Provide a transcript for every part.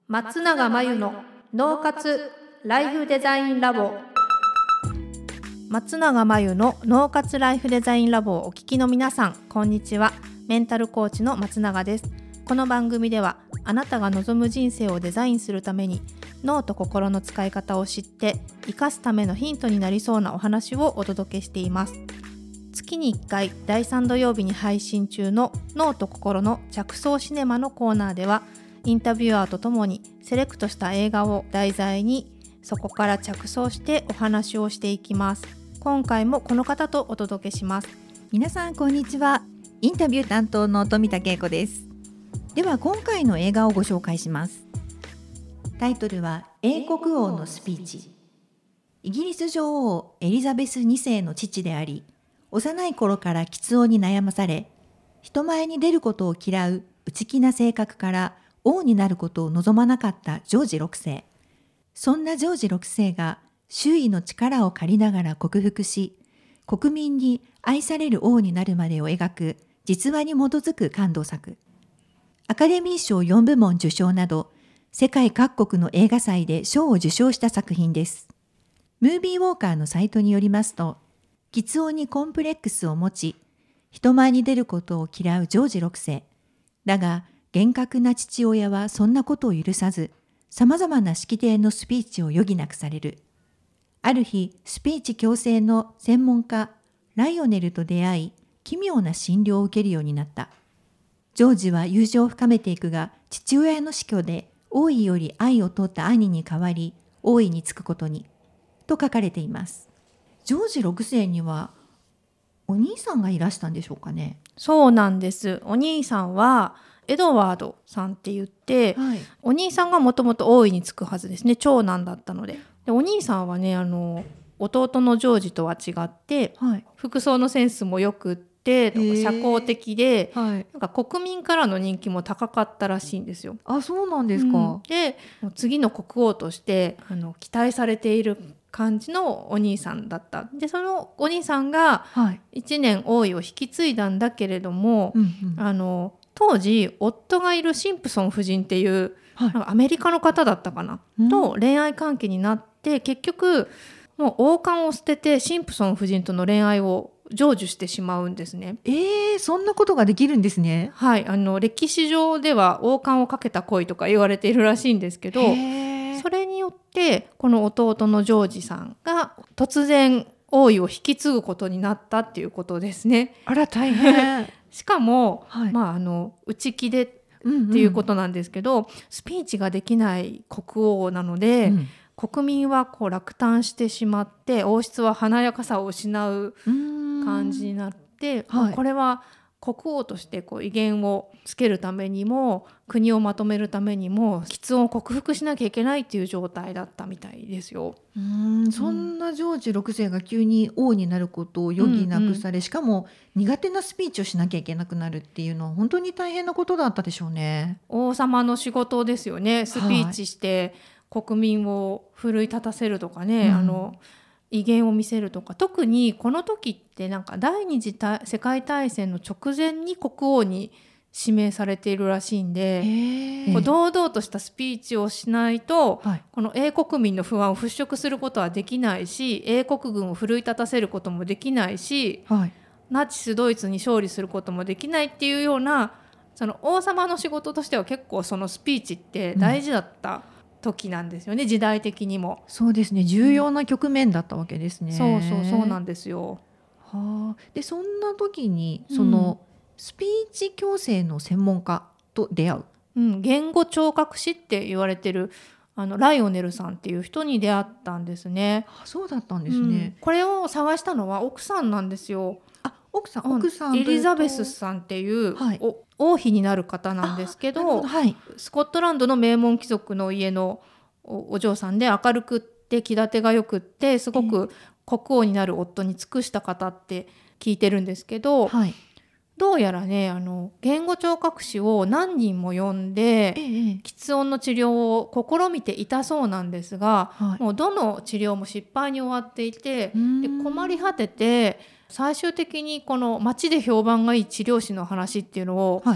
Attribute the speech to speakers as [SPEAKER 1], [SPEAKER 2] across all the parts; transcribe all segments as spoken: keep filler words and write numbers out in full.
[SPEAKER 1] 松永真由の脳活ライフデザインラボ。松永真由の脳活ライフデザインラボをお聞きの皆さん、こんにちは。メンタルコーチの松永です。この番組ではあなたが望む人生をデザインするために脳と心の使い方を知って生かすためのヒントになりそうなお話をお届けしています。月にいっかいだいさん土曜日に配信中の脳と心の着想シネマのコーナーでは、インタビュアーとともにセレクトした映画を題材にそこから着想してお話をしていきます。今回もこの方とお届けします。
[SPEAKER 2] 皆さんこんにちは。インタビュー担当の富田恵子です。では今回の映画をご紹介します。タイトルは英国王のスピーチ。イギリス女王エリザベスにせいの父であり、幼い頃から喫音に悩まされ、人前に出ることを嫌う内気な性格から王になることを望まなかったジョージろくせい。そんなジョージろくせいが周囲の力を借りながら克服し、国民に愛される王になるまでを描く実話に基づく感動作。アカデミー賞よんぶもん受賞など、世界各国の映画祭で賞を受賞した作品です。ムービーウォーカーのサイトによりますと、喫音にコンプレックスを持ち、人前に出ることを嫌うジョージろくせい。だが、厳格な父親はそんなことを許さず、様々な式典のスピーチを余儀なくされる。ある日、スピーチ矯正の専門家、ライオネルと出会い、奇妙な診療を受けるようになった。ジョージは友情を深めていくが、父親の死去で王位より愛を取った兄に代わり、王位につくことに、と書かれています。ジョージろくせいにはお兄さんがいらしたんでしょうかね。
[SPEAKER 1] そうなんです。お兄さんはエドワードさんって言って、はい、お兄さんがもともと王位につくはずですね。長男だったので。でお兄さんはね、あの弟のジョージとは違って、はい、服装のセンスもよくって社交的で、はい、なんか国民からの人気も高かったらしいんですよ。
[SPEAKER 2] あ、そうなんですか。うん、
[SPEAKER 1] で次の国王としてあの期待されている感じのお兄さんだった。でそのお兄さんがいちねん王位を引き継いだんだけれども、はい、あの当時夫がいるシンプソン夫人っていう、はい、なんかアメリカの方だったかな、うん、と恋愛関係になって、結局もう王冠を捨ててシンプソン夫人との恋愛を成就してしまうんですね。
[SPEAKER 2] えー、そんなことができるんですね。
[SPEAKER 1] はい、あの歴史上では王冠をかけた恋とか言われているらしいんですけど、それによってこの弟のジョージさんが突然王位を引き継ぐことになったっていうことですね。
[SPEAKER 2] あら大変
[SPEAKER 1] しかも、はい、まあ、あの内気でっていうことなんですけど、うんうん、スピーチができない国王なので、うん、国民はこう落胆してしまって王室は華やかさを失う感じになって、はい、これは国王としてこう威厳をつけるためにも国をまとめるためにも喫音を克服しなきゃいけないっていう状態だったみたいですよ。
[SPEAKER 2] うーん、うん、そんなジョージろくせいが急に王になることを余儀なくされ、うんうん、しかも苦手なスピーチをしなきゃいけなくなるっていうのは本当に大変なことだったでしょうね。
[SPEAKER 1] 王様の仕事ですよね。スピーチして国民を奮い立たせるとかね、はい、あの威厳を見せるとか。特にこの時ってなんか第二次世界大戦の直前に国王に指名されているらしいんで、こう堂々としたスピーチをしないと、はい、この英国民の不安を払拭することはできないし、英国軍を奮い立たせることもできないし、はい、ナチスドイツに勝利することもできないっていうような、その王様の仕事としては結構そのスピーチって大事だった、うん時なんですよね。時代的にも
[SPEAKER 2] そうですね。重要な局面だったわけですね。
[SPEAKER 1] うん、そうそうそうなんですよ。
[SPEAKER 2] はあ、でそんな時にその、うん、スピーチ矯正の専門家と出会う、
[SPEAKER 1] うん、言語聴覚士って言われてるあのライオネルさんっていう人に出会ったんですね。
[SPEAKER 2] あ、そうだったんですね。うん、
[SPEAKER 1] これを探したのは奥さんなんですよ。
[SPEAKER 2] あ、奥さん、奥さん
[SPEAKER 1] エリザベスさんっていう、はい、お王妃になる方なんですけど、はい、スコットランドの名門貴族の家の お, お嬢さんで、明るくって気立てがよくってすごく国王になる夫に尽くした方って聞いてるんですけど、はい、どうやらね、あの言語聴覚士を何人も呼んで、ええ、喫音の治療を試みていたそうなんですが、はい、もうどの治療も失敗に終わっていて、で困り果てて最終的にこの街で評判がいい治療師の話っていうのを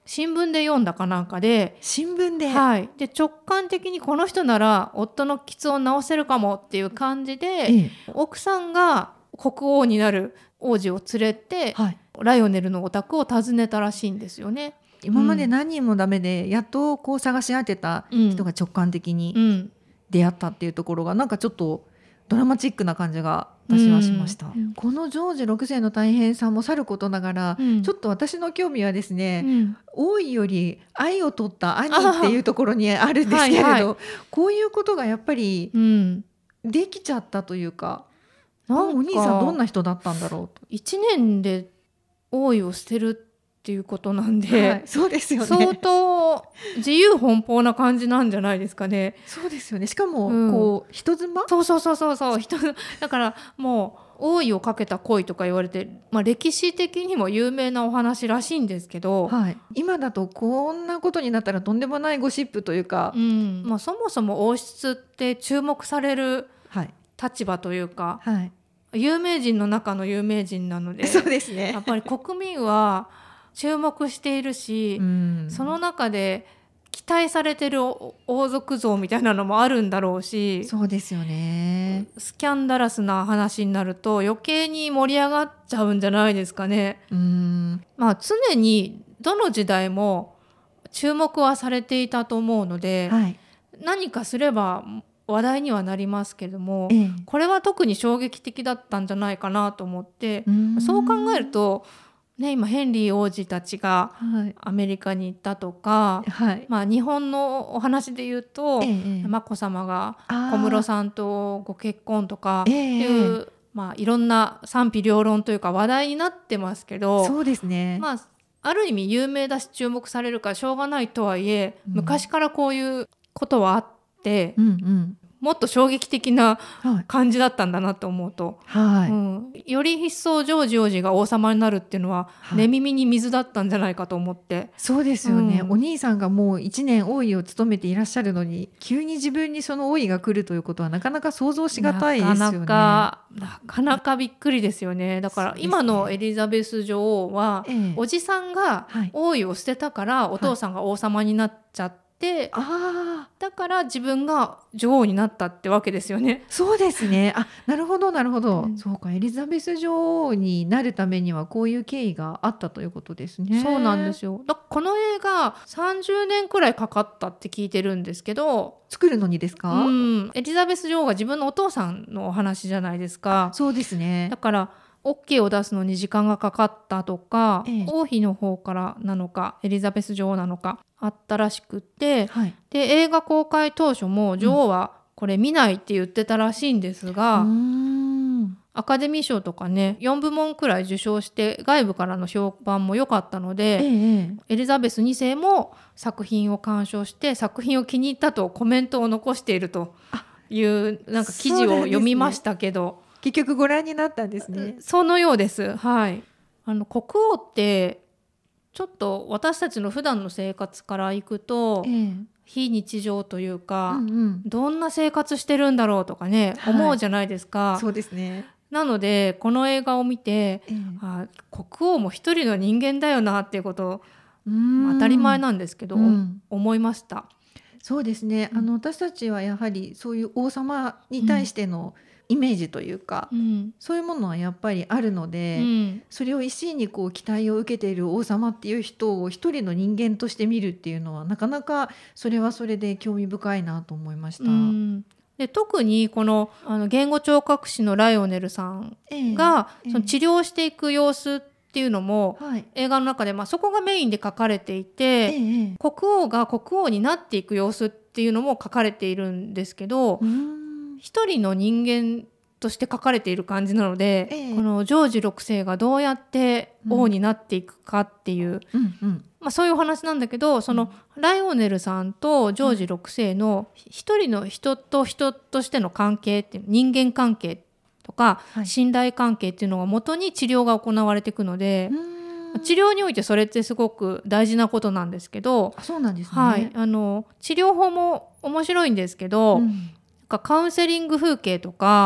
[SPEAKER 1] 新聞で読んだかなんかで、
[SPEAKER 2] 新聞で、
[SPEAKER 1] はい、で直感的にこの人なら夫の喫音直せるかもっていう感じで、
[SPEAKER 2] ええ、
[SPEAKER 1] 奥さんが国王になる王子を連れて、
[SPEAKER 2] はい、
[SPEAKER 1] ライオネルのお宅を訪ねたらしいんですよね。
[SPEAKER 2] 今まで何人もダメで、うん、やっとこう探し当てた人が直感的に出会ったっていうところが、なんかちょっとドラマチックな感じが私はしました、うん、このジョージろくせいの大変さもさることながら、うん、ちょっと私の興味はですね、うん、王位より愛を取った兄っていうところにあるんですけれど、はいはい、こういうことがやっぱりできちゃったというか、うん、お兄さんどんな人だったんだろうと。
[SPEAKER 1] いちねんで王位を捨てるっていうことなんで、
[SPEAKER 2] はい、そうですよね、
[SPEAKER 1] 相当自由奔放な感じなんじゃないですかね。
[SPEAKER 2] そうですよね。しかも、うん、こう人妻、
[SPEAKER 1] そうそうそうそうそう人だからもう王位をかけた恋とか言われて、まあ、歴史的にも有名なお話らしいんですけど、
[SPEAKER 2] はい、今だとこんなことになったらとんでもないゴシップというか、
[SPEAKER 1] うんまあ、そもそも王室って注目される立場というか、はいはい、有名人の中の有名人なので、
[SPEAKER 2] そうですね、
[SPEAKER 1] やっぱり国民は注目しているし、うん、その中で期待されてる王族像みたいなのもあるんだろうし、
[SPEAKER 2] そうですよね。
[SPEAKER 1] スキャンダラスな話になると余計に盛り上がっちゃうんじゃないですかね。うん、まあ、常にどの時代も注目はされていたと思うので、はい、何かすれば話題にはなりますけども、ええ、これは特に衝撃的だったんじゃないかなと思って、そう考えるとね、今ヘンリー王子たちがアメリカに行ったとか、はいまあ、日本のお話で言うと、ええ、眞子さまが小室さんとご結婚とかっていう、えまあ、いろんな賛否両論というか話題になってますけど、
[SPEAKER 2] そうですね、
[SPEAKER 1] まあ、ある意味有名だし注目されるからしょうがないとはいえ、うん、昔からこういうことはあって、うんうんもっと衝撃的な感じだったんだなと思うと、はいうん、より一層ジョージ王子が王様になるっていうのは寝耳に水だったんじゃないかと思って、はい、
[SPEAKER 2] そうですよね、うん、お兄さんがもういちねん王位を務めていらっしゃるのに急に自分にその王位が来るということはなかなか想像しがたいですよね。なかなか、
[SPEAKER 1] なかなかびっくりですよね。だから今のエリザベス女王は、ね、おじさんが王位を捨てたからお父さんが王様になっちゃって、はい、あだから自分が女王になったってわけですよね。
[SPEAKER 2] そうですね。あ、なるほどなるほど、うん、そうか、エリザベス女王になるためにはこういう経緯があったということですね。
[SPEAKER 1] そうなんですよ。だこの映画さんじゅうねんくらいかかったって聞いてるんですけど、
[SPEAKER 2] 作るのにですか？
[SPEAKER 1] うん、エリザベス女王が自分のお父さんのお話じゃないですか。
[SPEAKER 2] そうですね。
[SPEAKER 1] だから OK を出すのに時間がかかったとか、ええ、王妃の方からなのかエリザベス女王なのかあったらしくて、はい、で映画公開当初も女王はこれ見ないって言ってたらしいんですが、うん、アカデミー賞とかねよんぶもんくらい受賞して外部からの評判も良かったので、ええ、エリザベスにせいも作品を鑑賞して作品を気に入ったとコメントを残しているというなんか記事を読みましたけど、
[SPEAKER 2] 結局ご覧になったんですね。
[SPEAKER 1] そのようです、はい、あの国王ってちょっと私たちの普段の生活からいくと、ええ、非日常というか、うんうん、どんな生活してるんだろうとかね、はい、思うじゃないですか。
[SPEAKER 2] そうですね。
[SPEAKER 1] なのでこの映画を見て、ええ、あ国王も一人の人間だよなっていうこと当たり前なんですけど、うん、思いました。
[SPEAKER 2] そうですね、あの私たちはやはりそういう王様に対してのイメージというか、うん、そういうものはやっぱりあるので、うん、それを一心にこう期待を受けている王様っていう人を一人の人間として見るっていうのはなかなかそれはそれで興味深いなと思いました。うん、
[SPEAKER 1] で特にこの、あの言語聴覚士のライオネルさんが、ええ、その治療していく様子っていうのも、はい、映画の中で、まあ、そこがメインで書かれていて、ええ、国王が国王になっていく様子っていうのも書かれているんですけど、一人の人間として書かれている感じなので、ええ、このジョージろくせいがどうやって王になっていくかっていう、うんうんまあ、そういうお話なんだけど、そのライオネルさんとジョージろくせいの一人の人と人としての関係っていう人間関係とか信頼関係っていうのが元に治療が行われていくので、はい、治療においてそれってすごく大事なことなんですけど、
[SPEAKER 2] そうなんですね、
[SPEAKER 1] はい、あの治療法も面白いんですけど、うん、カウンセリング風景とか、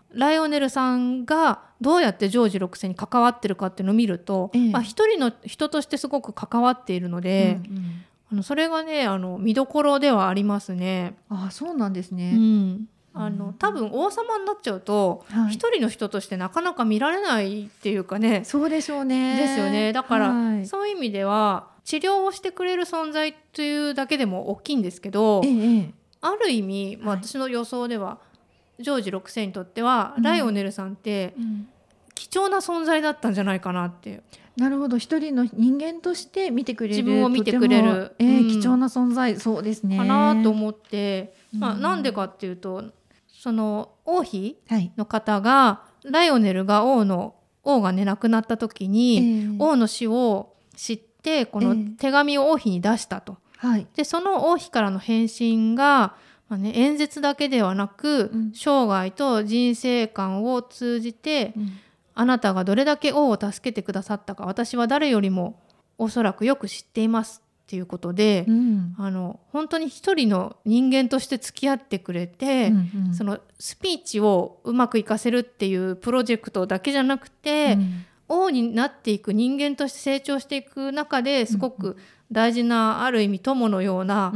[SPEAKER 1] ライオネルさんがどうやってジョージろくせいに関わってるかっていうのを見ると、ええ、まあ、一人の人としてすごく関わっているので、うんうん、あのそれがねあの見どころではありますね。
[SPEAKER 2] ああ、そうなんですね。
[SPEAKER 1] うん、あの多分王様になっちゃうと一、はい、人の人としてなかなか見られないっていうかね。
[SPEAKER 2] そうでしょうね。
[SPEAKER 1] ですよね。だから、はい、そういう意味では治療をしてくれる存在というだけでも大きいんですけど、ええ、ある意味、まあ、私の予想では、はい、ジョージろくせいにとっては、うん、ライオネルさんって貴重な存在だったんじゃないかなっていう。
[SPEAKER 2] なるほど、一人の人間として見てくれる、
[SPEAKER 1] 自分を見てくれる、
[SPEAKER 2] えーうん、貴重な存在、そうですね、
[SPEAKER 1] かなと思って、まあ、なんでかっていうと、その王妃の方が、はい、ライオネルが王の王が、ね、亡くなった時に、えー、王の死を知ってこの手紙を王妃に出したと、えーはい、でその王妃からの返信が、まあね、演説だけではなく、うん、生涯と人生観を通じて、うん、あなたがどれだけ王を助けてくださったか私は誰よりもおそらくよく知っていますっていうことで、うん、あの本当に一人の人間として付き合ってくれて、うんうん、そのスピーチをうまくいかせるっていうプロジェクトだけじゃなくて、うん、王になっていく人間として成長していく中ですごく大事な、ある意味友のような、うん、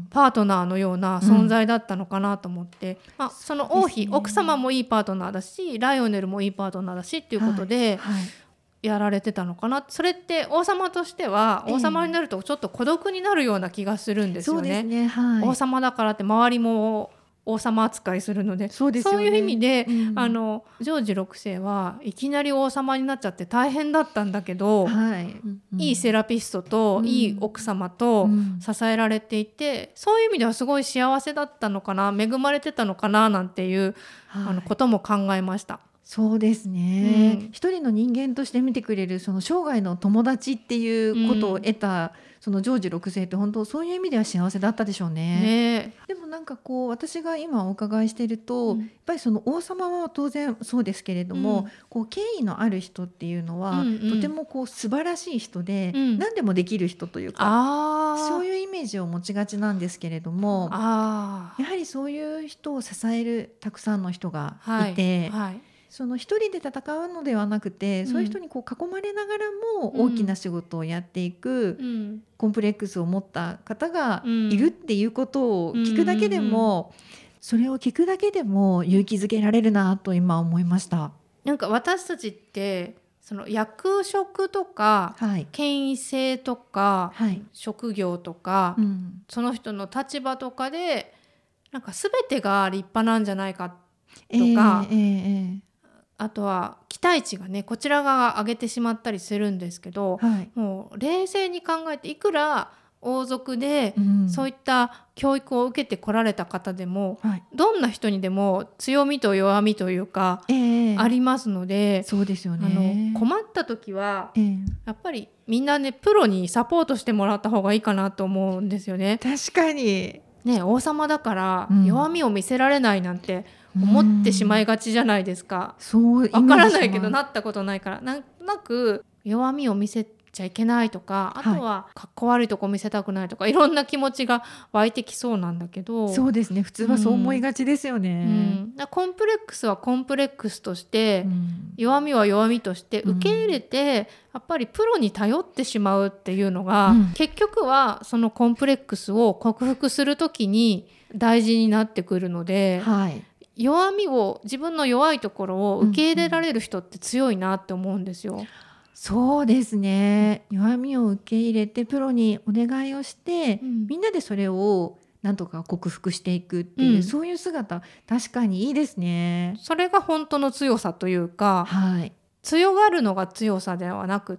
[SPEAKER 1] パートナーのような存在だったのかなと思って、うんまあ、その王妃、ね、奥様もいいパートナーだしライオネルもいいパートナーだしっていうことで、はいはいやられてたのかな。それって王様としては、王様になるとちょっと孤独になるような気がするんですよね。そうですね、はい、王様だからって周りも王様扱いするので、そうですよね、そういう意味で、うん、あのジョージろくせいはいきなり王様になっちゃって大変だったんだけど、はいうんうん、いいセラピストと、うん、いい奥様と支えられていて、うん、そういう意味ではすごい幸せだったのかな、恵まれてたのかななんていう、はい、あのことも考えました。
[SPEAKER 2] そうですね、うん、一人の人間として見てくれるその生涯の友達っていうことを得た、うん、そのジョージろくせいって本当そういう意味では幸せだったでしょう ね, ねでもなんかこう私が今お伺いしていると、うん、やっぱりその王様は当然そうですけれども、うん、こう敬意のある人っていうのは、うんうん、とてもこう素晴らしい人で、うん、何でもできる人というか、あそういうイメージを持ちがちなんですけれども、あやはりそういう人を支えるたくさんの人がいて、はいはいその一人で戦うのではなくて、うん、そういう人にこう囲まれながらも大きな仕事をやっていく、うん、コンプレックスを持った方がいるっていうことを聞くだけでも、うん、それを聞くだけでも勇気づけられるなと今思いました。
[SPEAKER 1] なんか私たちってその役職とか、はい、権威性とか、はい、職業とか、うん、その人の立場とかでなんか全てが立派なんじゃないかとか、えーえーえーあとは期待値がねこちら側が上げてしまったりするんですけど、はい、もう冷静に考えていくら王族でそういった教育を受けてこられた方でも、はい、どんな人にでも強みと弱みというか、えー、ありますので、
[SPEAKER 2] そうですよね、
[SPEAKER 1] あの困った時は、えー、やっぱりみんなねプロにサポートしてもらった方がいいかなと思うんですよね。
[SPEAKER 2] 確かに
[SPEAKER 1] ね、王様だから弱みを見せられないなんて思ってしまいがちじゃないですか。わからないけどなったことないから、なんとなく弱みを見せちゃいけないとか、あとはかっこ悪いとこ見せたくないとか、はい、いろんな気持ちが湧いてきそうなんだけど、
[SPEAKER 2] そうですね、普通はそう思いがちですよね、うん
[SPEAKER 1] うん、だコンプレックスはコンプレックスとして、うん、弱みは弱みとして受け入れて、うん、やっぱりプロに頼ってしまうっていうのが、うん、結局はそのコンプレックスを克服するときに大事になってくるので、はい、弱みを自分の弱いところを受け入れられる人って強いなって思うんですよ、うんうん、
[SPEAKER 2] そうですね、弱みを受け入れてプロにお願いをして、うん、みんなでそれをなんとか克服していくっていう、うん、そういう姿確かにいいですね。
[SPEAKER 1] それが本当の強さというか、はい、強がるのが強さではなくって、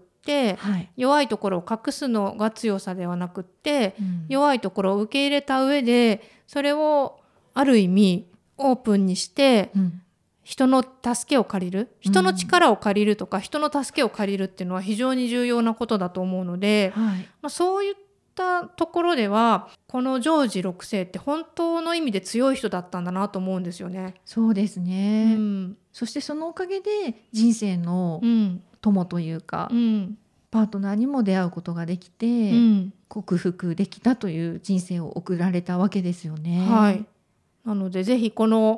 [SPEAKER 1] はい、弱いところを隠すのが強さではなくって、うん、弱いところを受け入れた上でそれをある意味オープンにして、うん、人の助けを借りる、人の力を借りるとか、うん、人の助けを借りるっていうのは非常に重要なことだと思うので、はいまあ、そういったところではこのジョージろくせいって本当の意味で強い人だったんだなと思うんですよね。
[SPEAKER 2] そうですね、うん、そしてそのおかげで人生の友というか、うん、パートナーにも出会うことができて、うん、克服できたという人生を送られたわけですよね。
[SPEAKER 1] はい、なのでぜひこの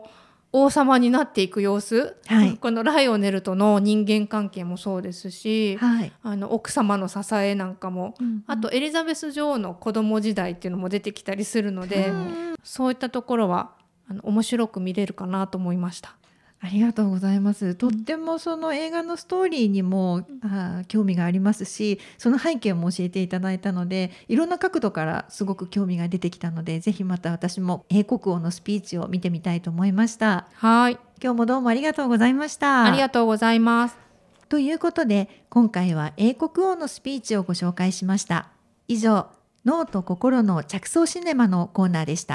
[SPEAKER 1] 王様になっていく様子、
[SPEAKER 2] はい、
[SPEAKER 1] このライオネルとの人間関係もそうですし、
[SPEAKER 2] はい、
[SPEAKER 1] あの奥様の支えなんかも、うんうん、あとエリザベス女王の子供時代っていうのも出てきたりするので、うん、そういったところはあの面白く見れるかなと思いました。
[SPEAKER 2] ありがとうございます。とってもその映画のストーリーにも、うん、あ興味がありますし、その背景も教えていただいたので、いろんな角度からすごく興味が出てきたので、ぜひまた私も英国王のスピーチを見てみたいと思いました。
[SPEAKER 1] はい、
[SPEAKER 2] 今日もどうもありがとうございました。
[SPEAKER 1] ありがとうございます。
[SPEAKER 2] ということで、今回は英国王のスピーチをご紹介しました。以上、脳と心の着想シネマのコーナーでした。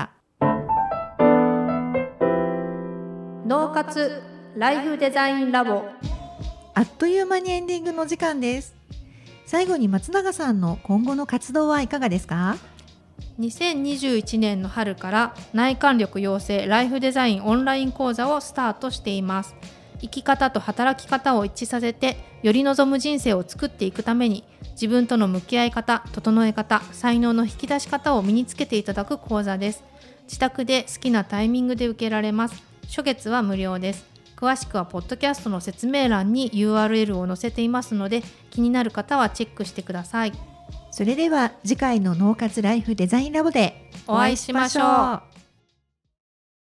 [SPEAKER 1] 脳活ライフデザインラボ、
[SPEAKER 2] あっという間にエンディングの時間です。最後に松永さんの今後の活動はいかがですか？
[SPEAKER 1] にせんにじゅういちねんの春から内観力養成ライフデザインオンライン講座をスタートしています。生き方と働き方を一致させて、より望む人生を作っていくために、自分との向き合い方、整え方、才能の引き出し方を身につけていただく講座です。自宅で好きなタイミングで受けられます。初月は無料です。詳しくはポッドキャストの説明欄に ユーアールエル を載せていますので、気になる方はチェックしてください。
[SPEAKER 2] それでは次回の脳活ライフデザインラボで
[SPEAKER 1] お会いしましょう。